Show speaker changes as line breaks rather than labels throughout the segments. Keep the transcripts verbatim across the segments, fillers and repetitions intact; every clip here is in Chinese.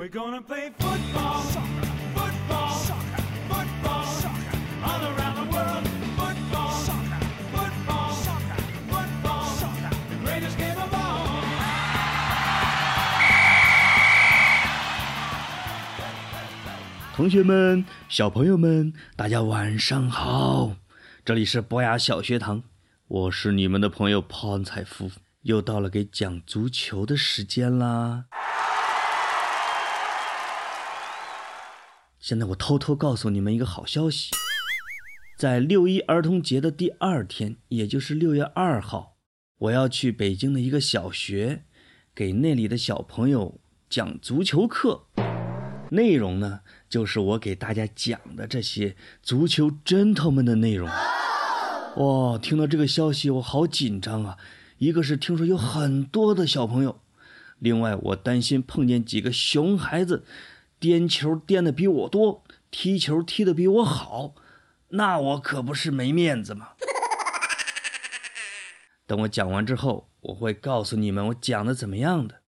We're gonna play football, soccer, football, soccer, football, soccer, all around the world. Football, soccer, football, soccer, football, soccer, the greatest game of all.
同学们，小朋友们，大家晚上好！这里是博雅小学堂，我是你们的朋友胖采夫，又到了给讲足球的时间啦。现在我偷偷告诉你们一个好消息，在六一儿童节的第二天，也就是六月二号，我要去北京的一个小学，给那里的小朋友讲足球课。内容呢，就是我给大家讲的这些足球 gentlemen 的内容。哇，听到这个消息我好紧张啊！一个是听说有很多的小朋友，另外我担心碰见几个熊孩子，颠球颠得比我多，踢球踢得比我好，那我可不是没面子吗？等我讲完之后，我会告诉你们我讲的怎么样的。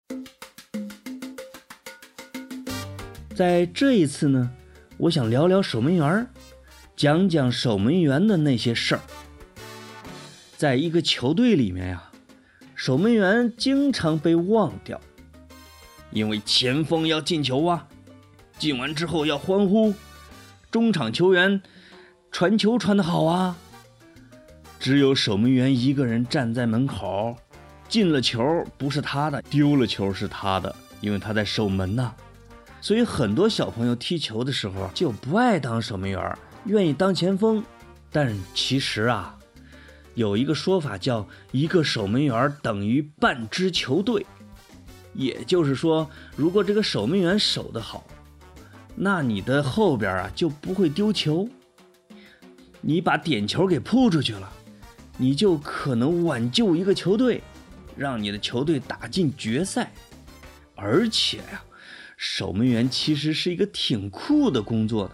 在这一次呢，我想聊聊守门员，讲讲守门员的那些事儿。在一个球队里面呀，守门员经常被忘掉，因为前锋要进球啊，进完之后要欢呼，中场球员传球传得好啊，只有守门员一个人站在门口，进了球不是他的，丢了球是他的，因为他在守门呐。所以很多小朋友踢球的时候就不爱当守门员，愿意当前锋。但其实啊，有一个说法叫一个守门员等于半支球队，也就是说，如果这个守门员守得好，那你的后边啊就不会丢球，你把点球给扑出去了，你就可能挽救一个球队，让你的球队打进决赛。而且呀、啊，守门员其实是一个挺酷的工作的，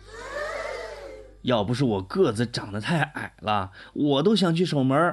要不是我个子长得太矮了，我都想去守门。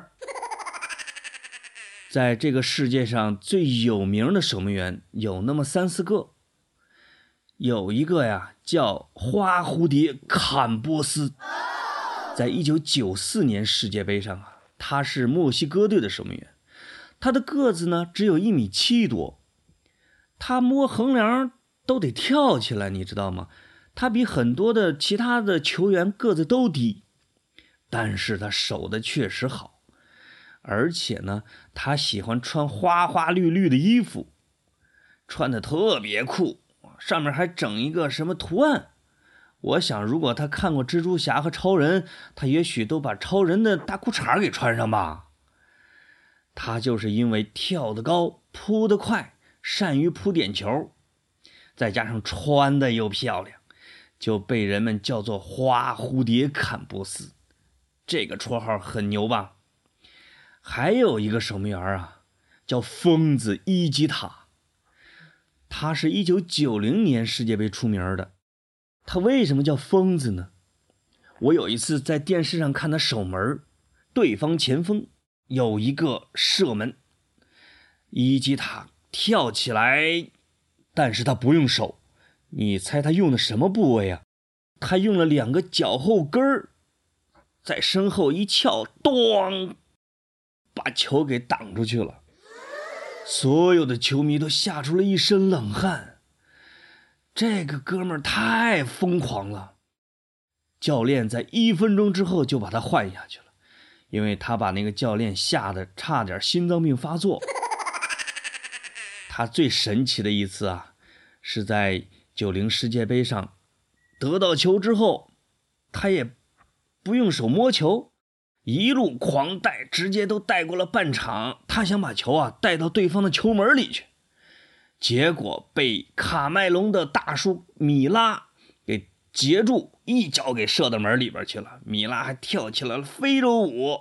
在这个世界上最有名的守门员有那么三四个，有一个呀叫花蝴蝶坎波斯，在一九九四年世界杯上啊，他是墨西哥队的守门员，他的个子呢只有一米七多，他摸横梁都得跳起来，你知道吗？他比很多的其他的球员个子都低，但是他守的确实好，而且呢，他喜欢穿花花绿绿的衣服，穿得特别酷，上面还整一个什么图案。我想如果他看过蜘蛛侠和超人，他也许都把超人的大裤衩给穿上吧。他就是因为跳得高，扑得快，善于扑点球，再加上穿得又漂亮，就被人们叫做花蝴蝶坎波斯。这个绰号很牛吧？还有一个守门员啊，叫疯子伊基塔，他是一九九零年世界杯出名的。他为什么叫疯子呢？我有一次在电视上看他守门，对方前锋有一个射门，伊基塔跳起来，但是他不用手，你猜他用的什么部位啊？他用了两个脚后跟儿，在身后一翘，咚，把球给挡出去了。所有的球迷都吓出了一身冷汗。这个哥们儿太疯狂了，教练在一分钟之后就把他换下去了，因为他把那个教练吓得差点心脏病发作。他最神奇的一次啊，是在九零世界杯上得到球之后，他也不用手摸球，一路狂带，直接都带过了半场。他想把球啊带到对方的球门里去，结果被卡麦隆的大叔米拉给截住，一脚给射到门里边去了。米拉还跳起来了非洲舞。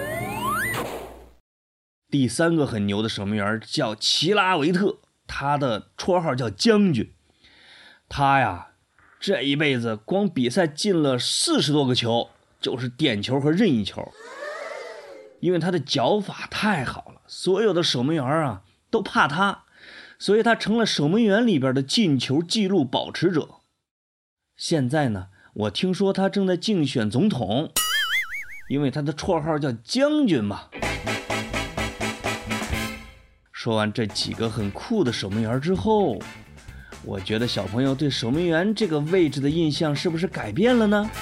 第三个很牛的守门员叫齐拉维特，他的绰号叫将军。他呀，这一辈子光比赛进了四十多个球，就是点球和任意球。因为他的脚法太好了，所有的守门员啊都怕他， 所以他成了守门员里边的进球纪录保持者。现在呢，我听说他正在竞选总统，因为他的绰号叫将军嘛。说完这几个很酷的守门员之后，我觉得小朋友对守门员这个位置的印象是不是改变了呢？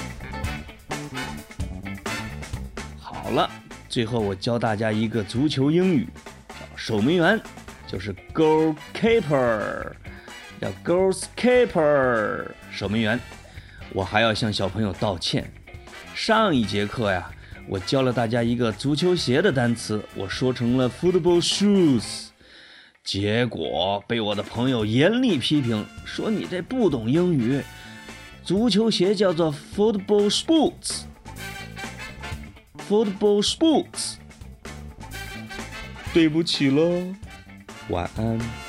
好了，最后我教大家一个足球英语，守门员就是 goalkeeper， 叫 goalkeeper 守门员。我还要向小朋友道歉，上一节课呀，我教了大家一个足球鞋的单词，我说成了 football shoes， 结果被我的朋友严厉批评，说你这不懂英语，足球鞋叫做 football boots， football boots。对不起了，晚安。